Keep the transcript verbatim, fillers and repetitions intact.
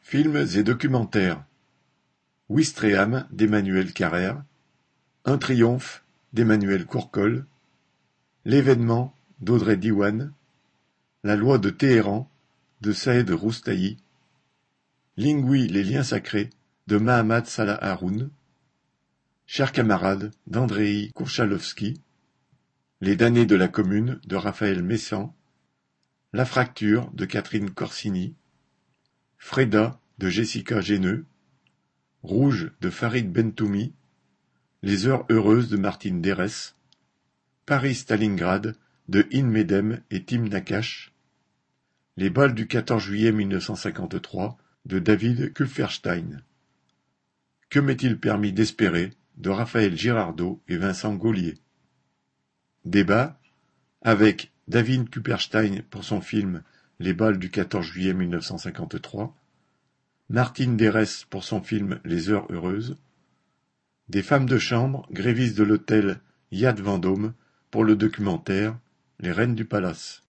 Films et documentaires. Ouistreham d'Emmanuel Carrère, Un triomphe d'Emmanuel Courcol, L'événement d'Audrey Diwan, La loi de Téhéran de Saïd Roustahi, Lingui les liens sacrés de Mahamad Salah Haroun, Chers camarades d'Andreï Kourchalovski, Les damnés de la commune de Raphaël Messan, La fracture de Catherine Corsini, Freda de Jessica Geneux, Rouge de Farid Bentoumi, Les heures heureuses de Martine Derès, Paris-Stalingrad de In Medem et Tim Nakache, Les balles du quatorze juillet mille neuf cent cinquante-trois de David Kupferstein, Que m'est-il permis d'espérer de Raphaël Girardot et Vincent Gaulier. Débat avec David Kupferstein pour son film Les balles du quatorze juillet mille neuf cent cinquante-trois, Martine Derès pour son film Les heures heureuses, des femmes de chambre grévistes de l'hôtel Yad Vendôme pour le documentaire Les reines du palace.